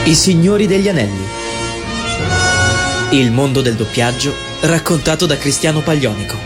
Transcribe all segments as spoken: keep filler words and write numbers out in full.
I Signori degli Anelli. Il mondo del doppiaggio raccontato da Cristiano Paglionico.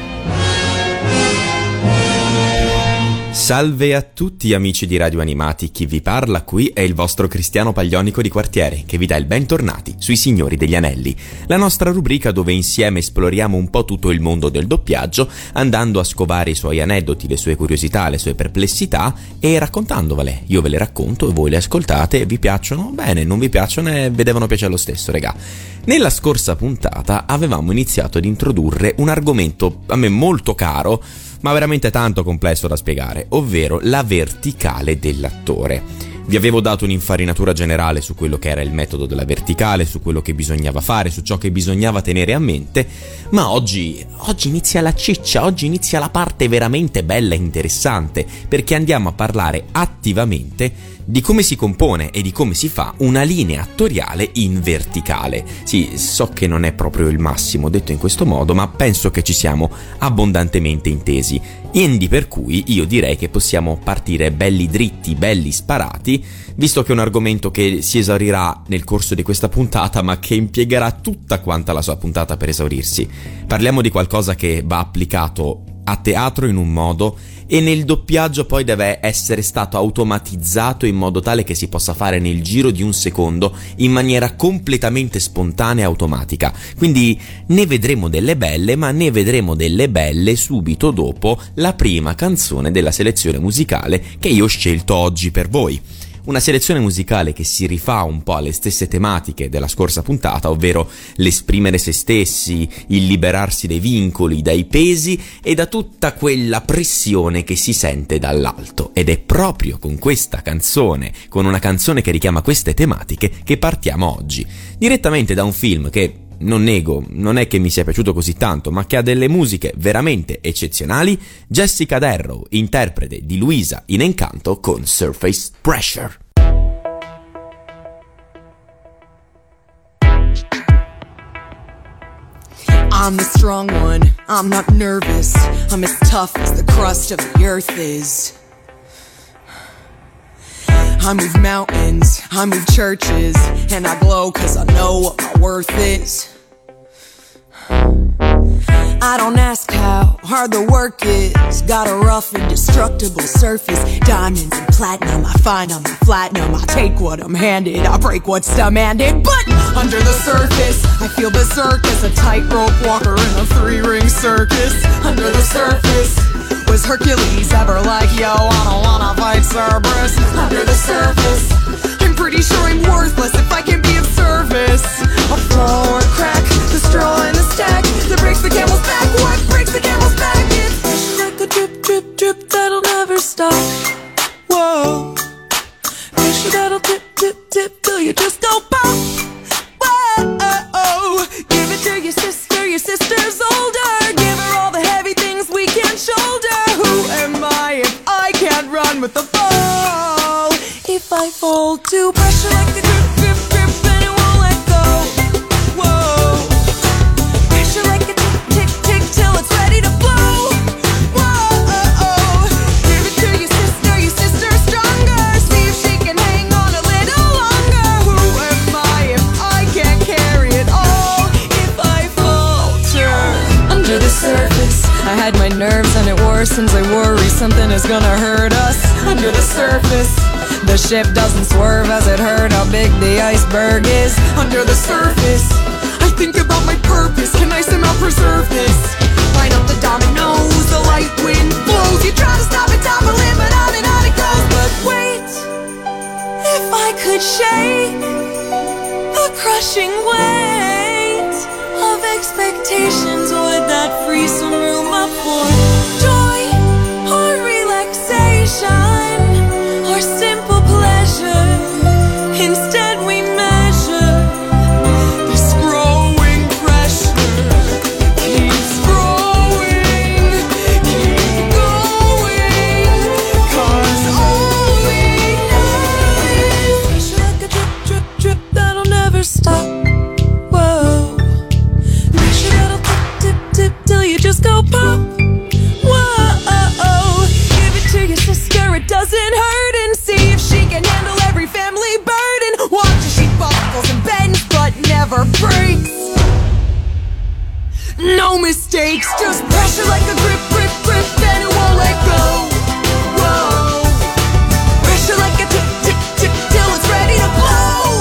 Salve a tutti amici di Radio Animati, chi vi parla qui è il vostro Cristiano Paglionico di quartiere che vi dà il bentornati sui Signori degli Anelli, la nostra rubrica dove insieme esploriamo un po' tutto il mondo del doppiaggio, andando a scovare i suoi aneddoti, le sue curiosità, le sue perplessità e raccontandovele. Io ve le racconto e voi le ascoltate, vi piacciono? Bene, non vi piacciono e vi devono piacere lo stesso, regà. Nella scorsa puntata avevamo iniziato ad introdurre un argomento a me molto caro, ma veramente tanto complesso da spiegare, ovvero la verticale dell'attore. Vi avevo dato un'infarinatura generale su quello che era il metodo della verticale, su quello che bisognava fare, su ciò che bisognava tenere a mente, ma oggi, oggi inizia la ciccia, oggi inizia la parte veramente bella e interessante, perché andiamo a parlare attivamente di come si compone e di come si fa una linea attoriale in verticale. Sì, so che non è proprio il massimo detto in questo modo, ma penso che ci siamo abbondantemente intesi. Quindi per cui io direi che possiamo partire belli dritti, belli sparati, visto che è un argomento che si esaurirà nel corso di questa puntata, ma che impiegherà tutta quanta la sua puntata per esaurirsi. Parliamo di qualcosa che va applicato a teatro in un modo e nel doppiaggio poi deve essere stato automatizzato in modo tale che si possa fare nel giro di un secondo in maniera completamente spontanea e automatica. Quindi ne vedremo delle belle, ma ne vedremo delle belle subito dopo la prima canzone della selezione musicale che io ho scelto oggi per voi. Una selezione musicale che si rifà un po' alle stesse tematiche della scorsa puntata, ovvero l'esprimere se stessi, il liberarsi dai vincoli, dai pesi e da tutta quella pressione che si sente dall'alto. Ed è proprio con questa canzone, con una canzone che richiama queste tematiche, che partiamo oggi. Direttamente da un film che, non nego, non è che mi sia piaciuto così tanto, ma che ha delle musiche veramente eccezionali. Jessica Darrow, interprete di Luisa in Encanto con Surface Pressure. I'm the strong one, I'm not nervous, I'm as tough as the crust of the earth is. I move mountains, I move churches, and I glow cause I know what my worth is. I don't ask how hard the work is, got a rough indestructible surface, diamonds and platinum, I find I'm a platinum, I take what I'm handed, I break what's demanded, but under the surface, I feel berserk as a tightrope walker in a three-ring circus. Under the surface, was Hercules ever like, yo, I don't wanna fight Cerberus? Under the surface, I'm pretty sure I'm worthless if I can be of service. A flaw or a crack, the straw in the stack that breaks the camel's back. What breaks the camel's back? It's like a drip, drip, drip that'll never stop. Whoa, pressure that'll dip, dip, dip till you just go pop. Whoa, give it to your sister, your sister's older. Give her all the heavy things we can't shoulder. Who am I if I can't run with the fall? If I fall to pressure like a drip, drip, drip and it won't let go. Whoa, pressure like a tick, tick, tick till it's ready to blow. Whoa, give it to your sister, your sister's stronger. See if she can hang on a little longer. Who am I if I can't carry it all? If I falter under the surface, I had my nerves and it worsens. I worry something is gonna hurt us. Under the surface, the ship doesn't swerve as it heard how big the iceberg is. Under the surface, I think about my purpose. Can I somehow preserve this? Line up the dominoes, the light wind blows. You try to stop it, topple it, but on and on it goes. But wait, if I could shake the crushing weight of expectations, would that free some room up for joy or relaxation or simple pleasure? Instead we measure this growing pressure. Keeps growing, keep going, cause all we know is pressure like a drip, drip, drip that'll never stop. Whoa, pressure that'll dip, dip, dip till you just go pop. Whoa, give it to your sister, it doesn't hurt, and see if she can handle every family burden. Watch as she falls no mistakes. Just pressure like a grip, grip, grip, and it won't let go. Whoa. Pressure like a tick, tick, tick, till it's ready to blow.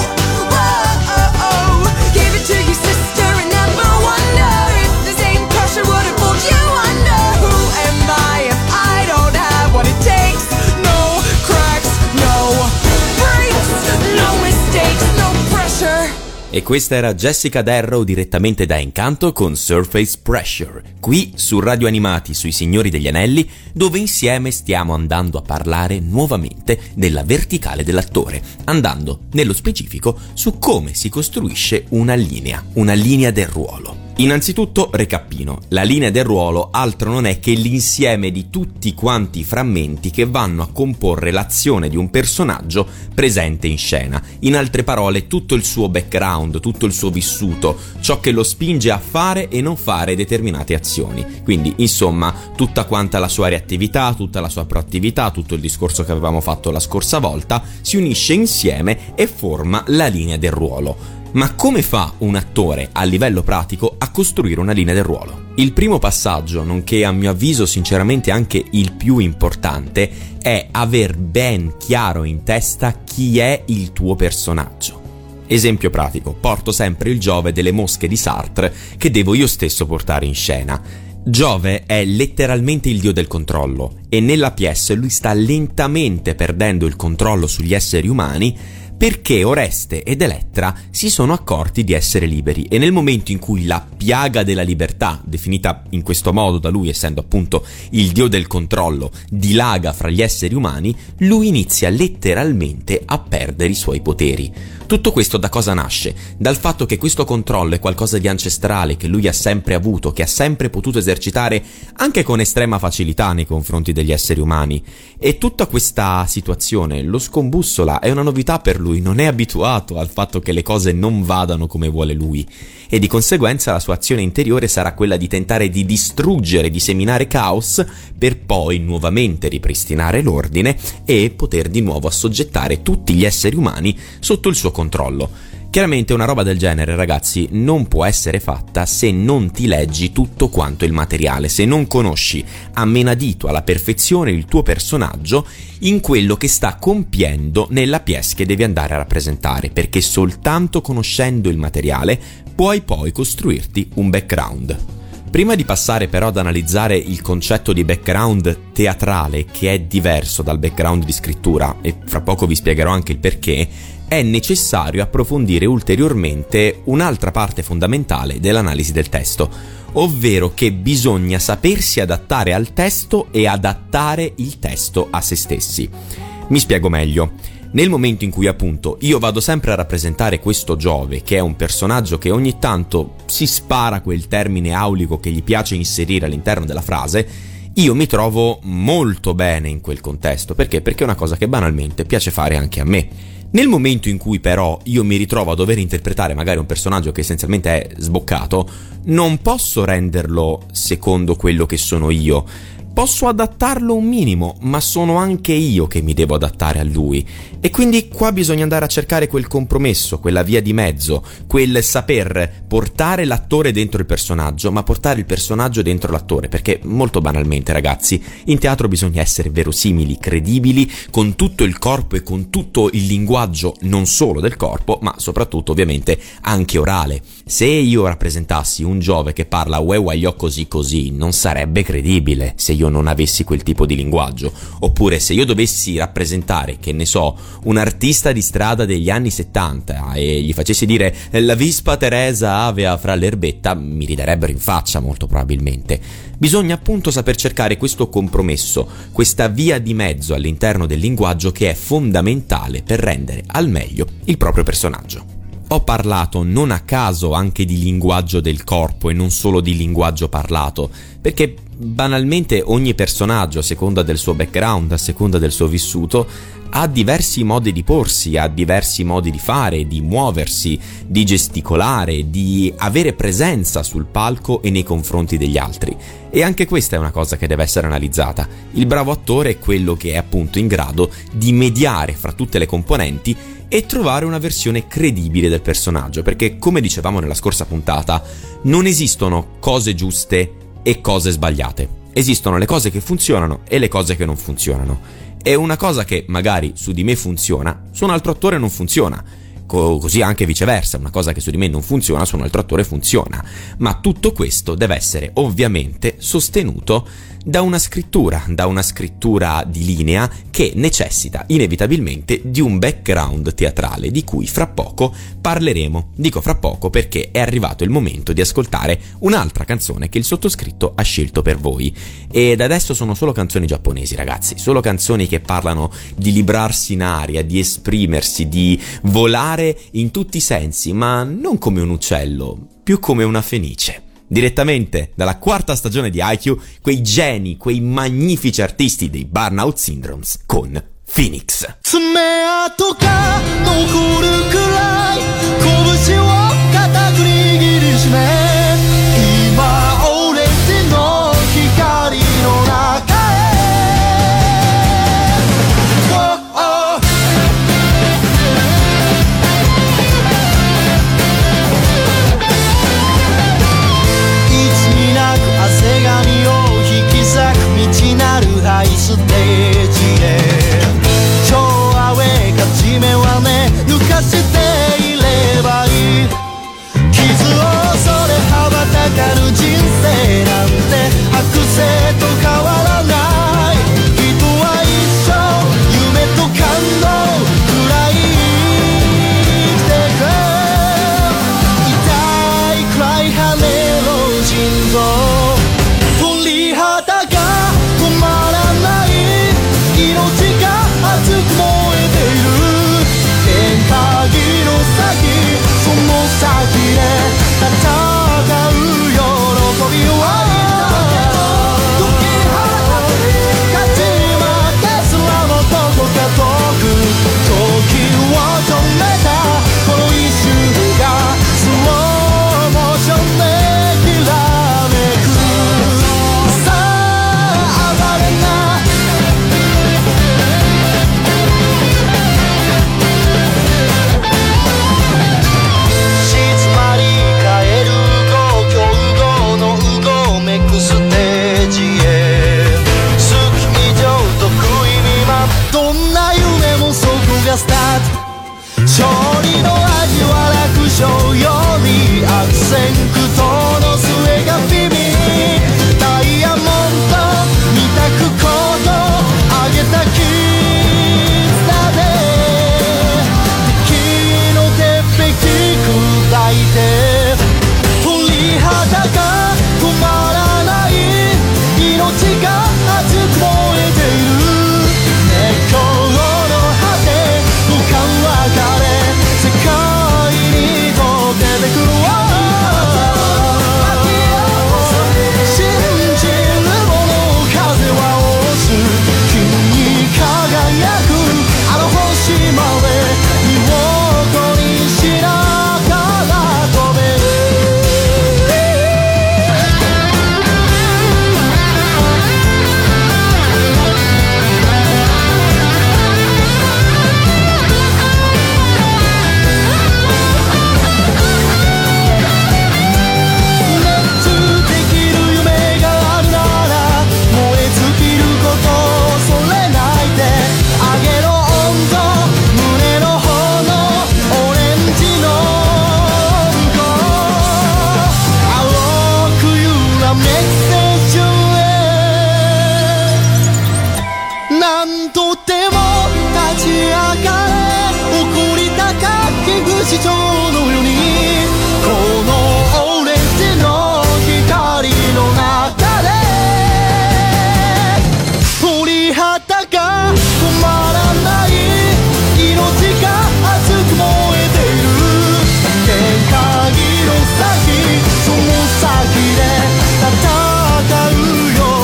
Whoa. Give it to your sister and never wonder if the same pressure would have pulled you under. Who am I if I don't have what it takes? No cracks, no breaks, no mistakes, no pressure. E questa era Jessica Darrow direttamente da Encanto con Surface Pressure, qui su Radio Animati sui Signori degli Anelli, dove insieme stiamo andando a parlare nuovamente della verticale dell'attore, andando nello specifico su come si costruisce una linea, una linea del ruolo. Innanzitutto, recappino, la linea del ruolo altro non è che l'insieme di tutti quanti i frammenti che vanno a comporre l'azione di un personaggio presente in scena. In altre parole, tutto il suo background, tutto il suo vissuto, ciò che lo spinge a fare e non fare determinate azioni. Quindi, insomma, tutta quanta la sua reattività, tutta la sua proattività, tutto il discorso che avevamo fatto la scorsa volta, si unisce insieme e forma la linea del ruolo. Ma come fa un attore a livello pratico a costruire una linea del ruolo? Il primo passaggio, nonché a mio avviso sinceramente anche il più importante, è aver ben chiaro in testa chi è il tuo personaggio. Esempio pratico, porto sempre il Giove delle Mosche di Sartre che devo io stesso portare in scena. Giove è letteralmente il dio del controllo e nella pièce lui sta lentamente perdendo il controllo sugli esseri umani perché Oreste ed Elettra si sono accorti di essere liberi e nel momento in cui la piaga della libertà, definita in questo modo da lui essendo appunto il dio del controllo, dilaga fra gli esseri umani, lui inizia letteralmente a perdere i suoi poteri. Tutto questo da cosa nasce? Dal fatto che questo controllo è qualcosa di ancestrale che lui ha sempre avuto, che ha sempre potuto esercitare anche con estrema facilità nei confronti degli esseri umani. E tutta questa situazione lo scombussola, è una novità per lui, non è abituato al fatto che le cose non vadano come vuole lui. E di conseguenza la sua azione interiore sarà quella di tentare di distruggere, di seminare caos per poi nuovamente ripristinare l'ordine e poter di nuovo assoggettare tutti gli esseri umani sotto il suo controllo. Chiaramente una roba del genere, ragazzi, non può essere fatta se non ti leggi tutto quanto il materiale, se non conosci a menadito alla perfezione il tuo personaggio in quello che sta compiendo nella pièce che devi andare a rappresentare, perché soltanto conoscendo il materiale puoi poi costruirti un background. Prima di passare però ad analizzare il concetto di background teatrale, che è diverso dal background di scrittura, e fra poco vi spiegherò anche il perché, è necessario approfondire ulteriormente un'altra parte fondamentale dell'analisi del testo, ovvero che bisogna sapersi adattare al testo e adattare il testo a se stessi. Mi spiego meglio. Nel momento in cui appunto io vado sempre a rappresentare questo Giove, che è un personaggio che ogni tanto si spara quel termine aulico che gli piace inserire all'interno della frase, io mi trovo molto bene in quel contesto. Perché? Perché è una cosa che banalmente piace fare anche a me. Nel momento in cui però io mi ritrovo a dover interpretare magari un personaggio che essenzialmente è sboccato, non posso renderlo secondo quello che sono io. Posso adattarlo un minimo, ma sono anche io che mi devo adattare a lui. E quindi qua bisogna andare a cercare quel compromesso, quella via di mezzo, quel saper portare l'attore dentro il personaggio, ma portare il personaggio dentro l'attore, perché molto banalmente, ragazzi, in teatro bisogna essere verosimili, credibili, con tutto il corpo e con tutto il linguaggio non solo del corpo, ma soprattutto ovviamente anche orale. Se io rappresentassi un Giove che parla uè uagliò così così, non sarebbe credibile se io non avessi quel tipo di linguaggio. Oppure se io dovessi rappresentare, che ne so, un artista di strada degli anni settanta e gli facessi dire la Vispa Teresa avea fra l'erbetta, mi riderebbero in faccia molto probabilmente. Bisogna appunto saper cercare questo compromesso, questa via di mezzo all'interno del linguaggio che è fondamentale per rendere al meglio il proprio personaggio. Ho parlato non a caso anche di linguaggio del corpo e non solo di linguaggio parlato, perché banalmente ogni personaggio, a seconda del suo background, a seconda del suo vissuto, ha diversi modi di porsi, ha diversi modi di fare, di muoversi, di gesticolare, di avere presenza sul palco e nei confronti degli altri. E anche questa è una cosa che deve essere analizzata. Il bravo attore è quello che è appunto in grado di mediare fra tutte le componenti e trovare una versione credibile del personaggio, perché come dicevamo nella scorsa puntata, non esistono cose giuste e cose sbagliate. Esistono le cose che funzionano e le cose che non funzionano. E una cosa che magari su di me funziona, su un altro attore non funziona. Co- così anche viceversa, una cosa che su di me non funziona, su un altro attore funziona. Ma tutto questo deve essere ovviamente sostenuto da una scrittura, da una scrittura di linea che necessita inevitabilmente di un background teatrale di cui fra poco parleremo. Dico fra poco perché è arrivato il momento di ascoltare un'altra canzone che il sottoscritto ha scelto per voi. Ed adesso sono solo canzoni giapponesi, ragazzi, solo canzoni che parlano di librarsi in aria, di esprimersi, di volare in tutti i sensi, ma non come un uccello, più come una fenice. Direttamente dalla quarta stagione di Haikyuu, quei geni, quei magnifici artisti dei Burnout Syndromes con Phoenix. 爪痕が残るくらい拳を固く握りしめ今オレンジの光の中へ oh, oh. いつになく汗がみを引き裂く道なるハイステージへ地面はね抜かしていればいい傷を恐れ羽ばたかる人生なんて剥製と変わらない人は一生夢と感動くらい生きてく痛いくらい跳ねる心臓鳥肌が止まらない命が熱く燃えている鍵の先その先で戦う喜びは解き放つ勝ち負けすらもどこか遠く時を止めたこの一瞬がスローモーションできらめくさあ暴れなスタート勝利の味は楽勝より悪戦苦闘の末がビビダイヤモンドみたくコード上げた絆で敵の鉄壁砕いて鳥肌が止まらない命が熱く燃えている熱狂別れ世界に溶けてくるわ信じる者風は押す君に輝くあの星まで見事にしながら飛べる市場のようにこのオレンジの光の中で鳥肌が止まらない命が熱く燃えている鍵の先その先で戦うよ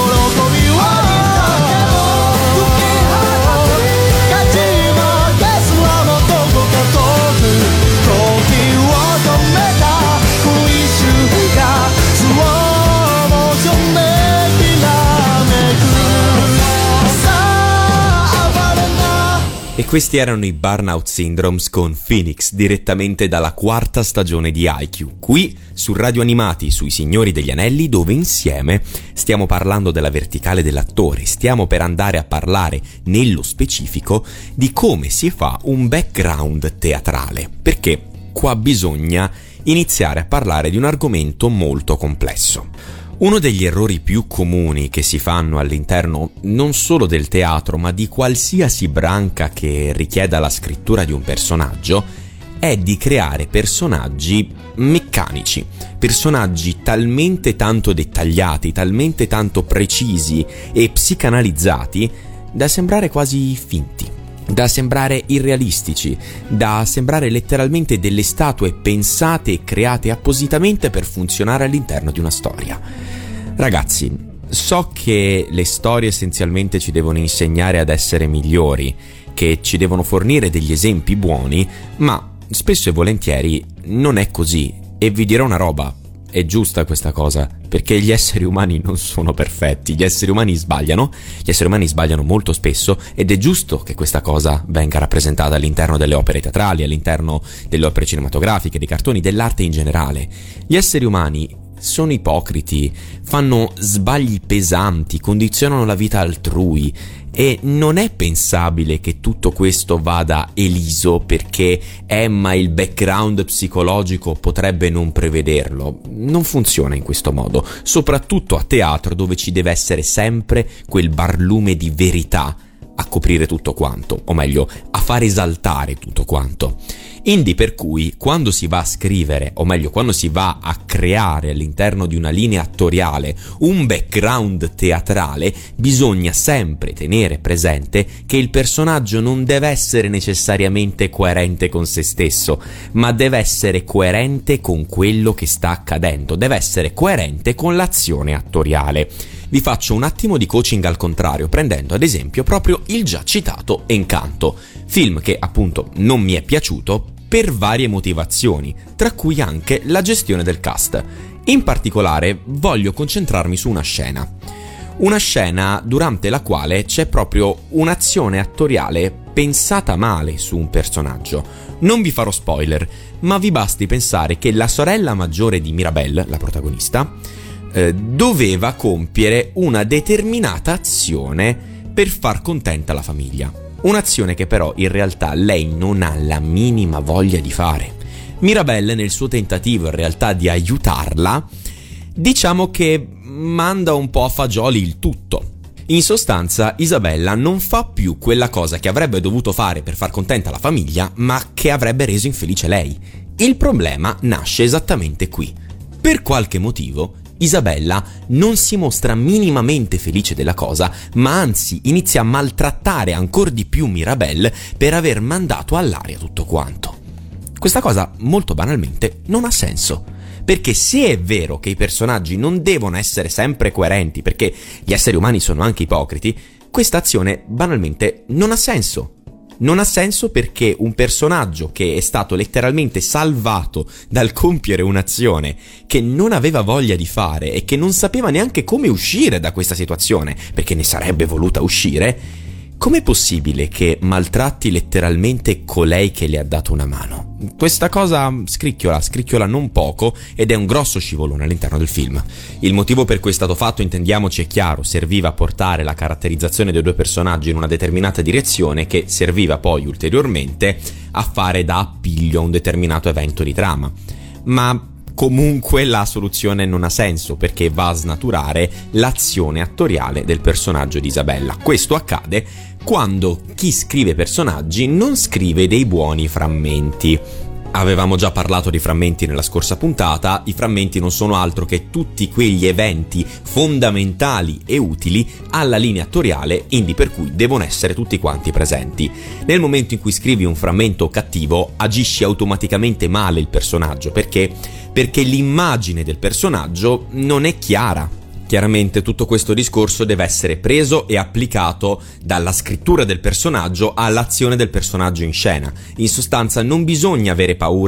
E questi erano i Burnout Syndromes con Phoenix, direttamente dalla quarta stagione di I Q, qui su Radio Animati, sui Signori degli Anelli, dove insieme stiamo parlando della verticale dell'attore, stiamo per andare a parlare nello specifico di come si fa un background teatrale, perché qua bisogna iniziare a parlare di un argomento molto complesso. Uno degli errori più comuni che si fanno all'interno non solo del teatro, ma di qualsiasi branca che richieda la scrittura di un personaggio, è di creare personaggi meccanici, personaggi talmente tanto dettagliati, talmente tanto precisi e psicanalizzati da sembrare quasi finti, da sembrare irrealistici, da sembrare letteralmente delle statue pensate e create appositamente per funzionare all'interno di una storia. Ragazzi, so che le storie essenzialmente ci devono insegnare ad essere migliori, che ci devono fornire degli esempi buoni, ma spesso e volentieri non è così. E vi dirò una roba, è giusta questa cosa, perché gli esseri umani non sono perfetti, gli esseri umani sbagliano, gli esseri umani sbagliano molto spesso, ed è giusto che questa cosa venga rappresentata all'interno delle opere teatrali, all'interno delle opere cinematografiche, dei cartoni, dell'arte in generale. Gli esseri umani sono ipocriti, fanno sbagli pesanti, condizionano la vita altrui, e non è pensabile che tutto questo vada eliso perché Emma il background psicologico potrebbe non prevederlo. Non funziona in questo modo, soprattutto a teatro, dove ci deve essere sempre quel barlume di verità a coprire tutto quanto, o meglio, a far esaltare tutto quanto. Indi per cui quando si va a scrivere, o meglio quando si va a creare all'interno di una linea attoriale un background teatrale, bisogna sempre tenere presente che il personaggio non deve essere necessariamente coerente con se stesso, ma deve essere coerente con quello che sta accadendo, deve essere coerente con l'azione attoriale. Vi faccio un attimo di coaching al contrario, prendendo ad esempio proprio il già citato Encanto, film che appunto non mi è piaciuto per varie motivazioni, tra cui anche la gestione del cast. In particolare voglio concentrarmi su una scena. Una scena durante la quale c'è proprio un'azione attoriale pensata male su un personaggio. Non vi farò spoiler, ma vi basti pensare che la sorella maggiore di Mirabelle, la protagonista, eh, doveva compiere una determinata azione per far contenta la famiglia. Un'azione che però in realtà lei non ha la minima voglia di fare. Mirabelle, nel suo tentativo in realtà di aiutarla, diciamo che manda un po' a fagioli il tutto. In sostanza, Isabella non fa più quella cosa che avrebbe dovuto fare per far contenta la famiglia, ma che avrebbe reso infelice lei. Il problema nasce esattamente qui. Per qualche motivo, Isabella non si mostra minimamente felice della cosa, ma anzi inizia a maltrattare ancor di più Mirabelle per aver mandato all'aria tutto quanto. Questa cosa, molto banalmente, non ha senso. Perché se è vero che i personaggi non devono essere sempre coerenti, perché gli esseri umani sono anche ipocriti, questa azione banalmente non ha senso. Non ha senso perché un personaggio che è stato letteralmente salvato dal compiere un'azione che non aveva voglia di fare e che non sapeva neanche come uscire da questa situazione, perché ne sarebbe voluta uscire, com'è possibile che maltratti letteralmente colei che le ha dato una mano? Questa cosa scricchiola, scricchiola non poco, ed è un grosso scivolone all'interno del film. Il motivo per cui è stato fatto, intendiamoci, è chiaro: serviva a portare la caratterizzazione dei due personaggi in una determinata direzione, che serviva poi ulteriormente a fare da appiglio a un determinato evento di trama. Ma comunque la soluzione non ha senso, perché va a snaturare l'azione attoriale del personaggio di Isabella. Questo accade quando chi scrive personaggi non scrive dei buoni frammenti. Avevamo già parlato di frammenti nella scorsa puntata. I frammenti non sono altro che tutti quegli eventi fondamentali e utili alla linea attoriale, indi per cui devono essere tutti quanti presenti. Nel momento in cui scrivi un frammento cattivo, agisci automaticamente male il personaggio. Perché? Perché l'immagine del personaggio non è chiara. Chiaramente tutto questo discorso deve essere preso e applicato dalla scrittura del personaggio all'azione del personaggio in scena. In sostanza non bisogna avere paura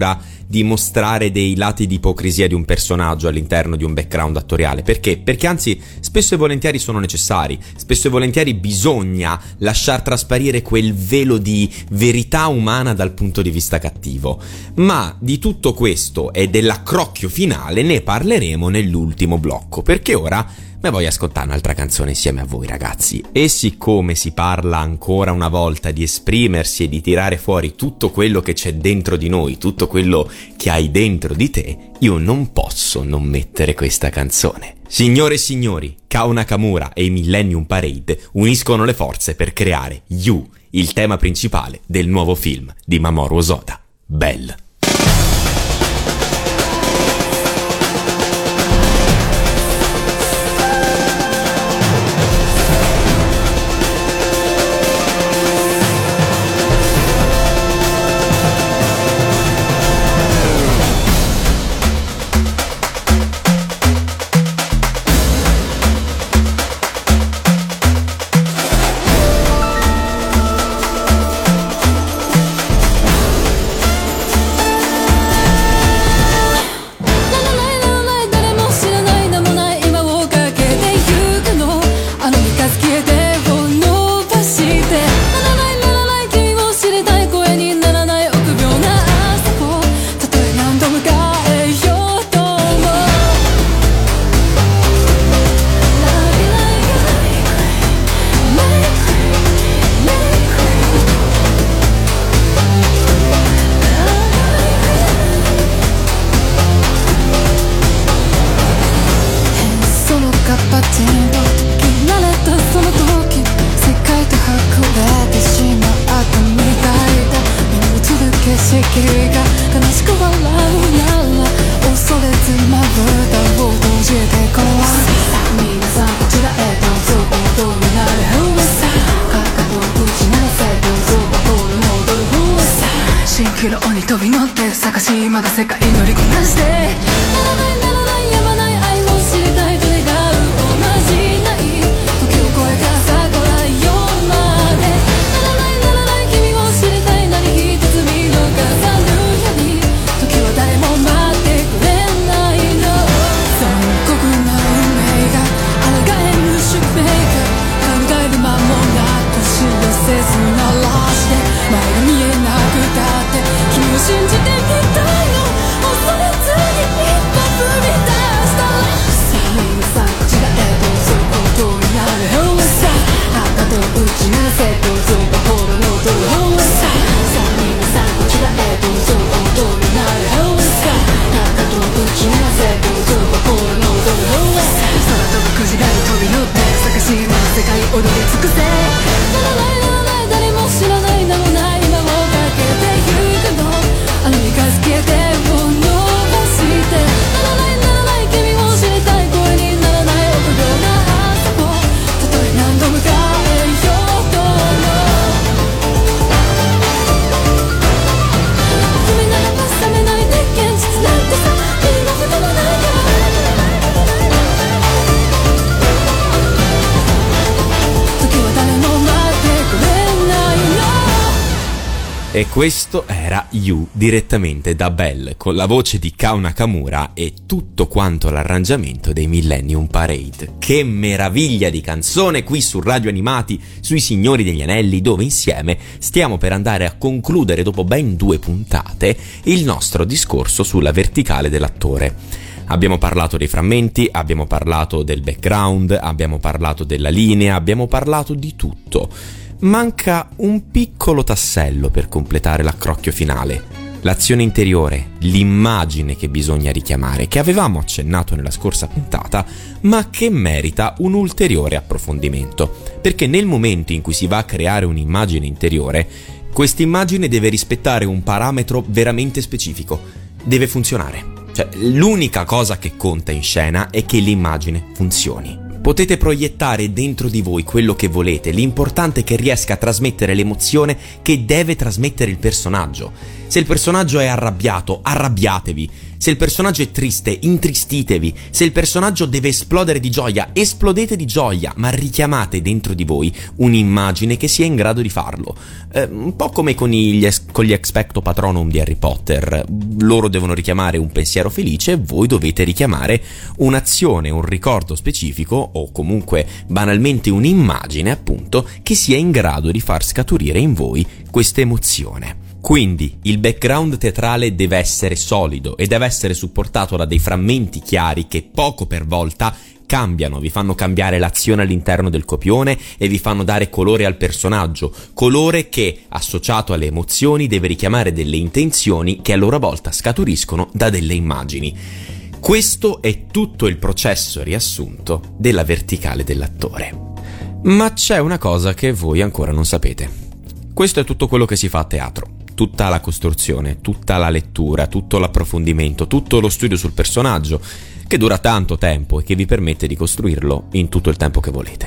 di mostrare dei lati di ipocrisia di un personaggio all'interno di un background attoriale. Perché? Perché anzi spesso e volentieri sono necessari, spesso e volentieri bisogna lasciar trasparire quel velo di verità umana dal punto di vista cattivo. Ma di tutto questo e dell'accrocchio finale ne parleremo nell'ultimo blocco, perché ora me voglio ascoltare un'altra canzone insieme a voi, ragazzi. E siccome si parla ancora una volta di esprimersi e di tirare fuori tutto quello che c'è dentro di noi, tutto quello che hai dentro di te, io non posso non mettere questa canzone. Signore e signori, Kao Nakamura e i Millennium Parade uniscono le forze per creare You, il tema principale del nuovo film di Mamoru Hosoda, Belle. E questo era You, direttamente da Belle, con la voce di Kao Nakamura e tutto quanto l'arrangiamento dei Millennium Parade. Che meraviglia di canzone qui su Radio Animati, sui Signori degli Anelli, dove insieme stiamo per andare a concludere, dopo ben due puntate, il nostro discorso sulla verticale dell'attore. Abbiamo parlato dei frammenti, abbiamo parlato del background, abbiamo parlato della linea, abbiamo parlato di tutto. Manca un piccolo tassello per completare l'accrocchio finale, l'azione interiore, l'immagine che bisogna richiamare, che avevamo accennato nella scorsa puntata, ma che merita un ulteriore approfondimento, perché nel momento in cui si va a creare un'immagine interiore, quest'immagine deve rispettare un parametro veramente specifico, deve funzionare. Cioè, l'unica cosa che conta in scena è che l'immagine funzioni. Potete proiettare dentro di voi quello che volete, l'importante è che riesca a trasmettere l'emozione che deve trasmettere il personaggio. Se il personaggio è arrabbiato, arrabbiatevi. Se il personaggio è triste, intristitevi. Se il personaggio deve esplodere di gioia, esplodete di gioia, ma richiamate dentro di voi un'immagine che sia in grado di farlo. Eh, un po' come con gli, es- con gli Expecto Patronum di Harry Potter. Loro devono richiamare un pensiero felice e voi dovete richiamare un'azione, un ricordo specifico o comunque banalmente un'immagine, appunto, che sia in grado di far scaturire in voi questa emozione. Quindi il background teatrale deve essere solido e deve essere supportato da dei frammenti chiari che poco per volta cambiano, vi fanno cambiare l'azione all'interno del copione e vi fanno dare colore al personaggio, colore che, associato alle emozioni, deve richiamare delle intenzioni che a loro volta scaturiscono da delle immagini. Questo è tutto il processo riassunto della verticale dell'attore. Ma c'è una cosa che voi ancora non sapete. Questo è tutto quello che si fa a teatro. Tutta la costruzione, tutta la lettura, tutto l'approfondimento, tutto lo studio sul personaggio, che dura tanto tempo e che vi permette di costruirlo in tutto il tempo che volete.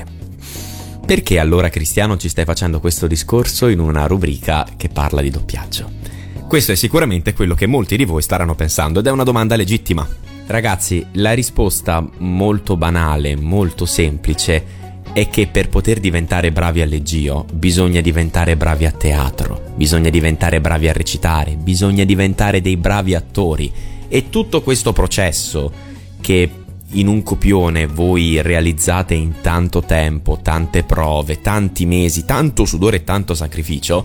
Perché allora, Cristiano, ci stai facendo questo discorso in una rubrica che parla di doppiaggio? Questo è sicuramente quello che molti di voi staranno pensando ed è una domanda legittima. Ragazzi, la risposta molto banale, molto semplice è che per poter diventare bravi al leggio bisogna diventare bravi a teatro, bisogna diventare bravi a recitare, bisogna diventare dei bravi attori e tutto questo processo che in un copione voi realizzate in tanto tempo, tante prove, tanti mesi, tanto sudore e tanto sacrificio,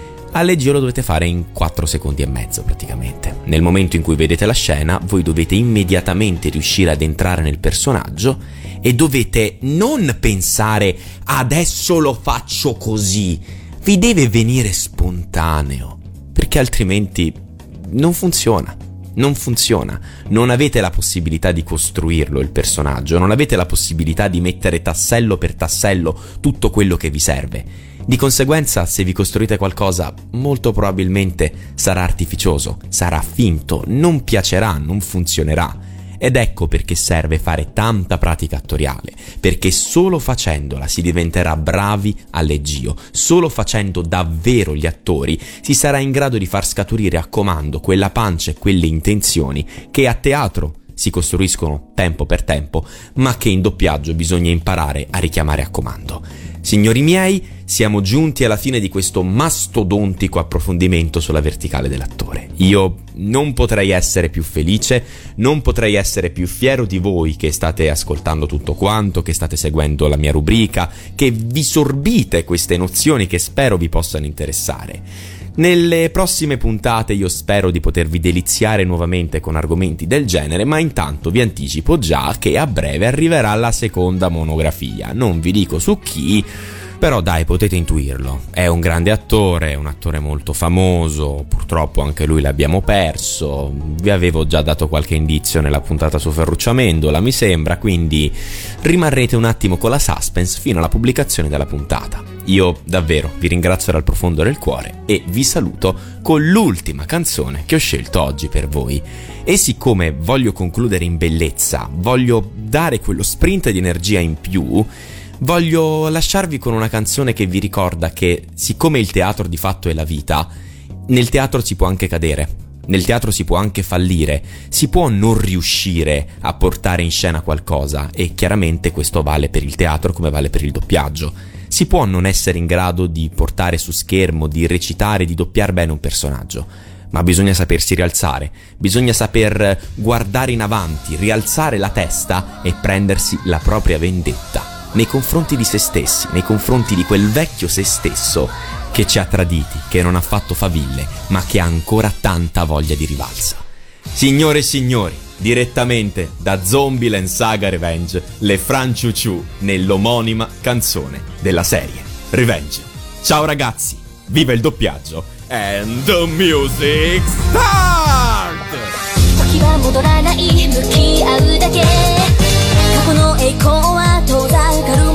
a leggio lo dovete fare in quattro secondi e mezzo praticamente. Nel momento in cui vedete la scena voi dovete immediatamente riuscire ad entrare nel personaggio e dovete non pensare adesso lo faccio così, vi deve venire spontaneo, perché altrimenti non funziona, non funziona, non avete la possibilità di costruirlo il personaggio, non avete la possibilità di mettere tassello per tassello tutto quello che vi serve. Di conseguenza, se vi costruite qualcosa, molto probabilmente sarà artificioso, sarà finto, non piacerà, non funzionerà. Ed ecco perché serve fare tanta pratica attoriale, perché solo facendola si diventerà bravi al leggio, solo facendo davvero gli attori si sarà in grado di far scaturire a comando quella pancia e quelle intenzioni che a teatro si costruiscono tempo per tempo, ma che in doppiaggio bisogna imparare a richiamare a comando. Signori miei, siamo giunti alla fine di questo mastodontico approfondimento sulla verticale dell'attore. Io non potrei essere più felice, non potrei essere più fiero di voi che state ascoltando tutto quanto, che state seguendo la mia rubrica, che vi sorbite queste nozioni che spero vi possano interessare. Nelle prossime puntate io spero di potervi deliziare nuovamente con argomenti del genere, ma intanto vi anticipo già che a breve arriverà la seconda monografia. Non vi dico su chi, però dai, potete intuirlo. È un grande attore, un attore molto famoso, purtroppo anche lui l'abbiamo perso. Vi avevo già dato qualche indizio nella puntata su Ferruccio Amendola, mi sembra, quindi rimarrete un attimo con la suspense fino alla pubblicazione della puntata. Io davvero vi ringrazio dal profondo del cuore e vi saluto con l'ultima canzone che ho scelto oggi per voi. E siccome voglio concludere in bellezza, voglio dare quello sprint di energia in più, voglio lasciarvi con una canzone che vi ricorda che, siccome il teatro di fatto è la vita, nel teatro si può anche cadere, nel teatro si può anche fallire, si può non riuscire a portare in scena qualcosa e chiaramente questo vale per il teatro come vale per il doppiaggio. Si può non essere in grado di portare su schermo, di recitare, di doppiare bene un personaggio, ma bisogna sapersi rialzare, bisogna saper guardare in avanti, rialzare la testa e prendersi la propria vendetta nei confronti di se stessi, nei confronti di quel vecchio se stesso che ci ha traditi, che non ha fatto faville, ma che ha ancora tanta voglia di rivalsa. Signore e signori, direttamente da Zombieland Saga Revenge, le Franciuciù nell'omonima canzone della serie Revenge. Ciao ragazzi, viva il doppiaggio and the music start! 時は戻らない向き合うだけ過去の栄光は遠ざかる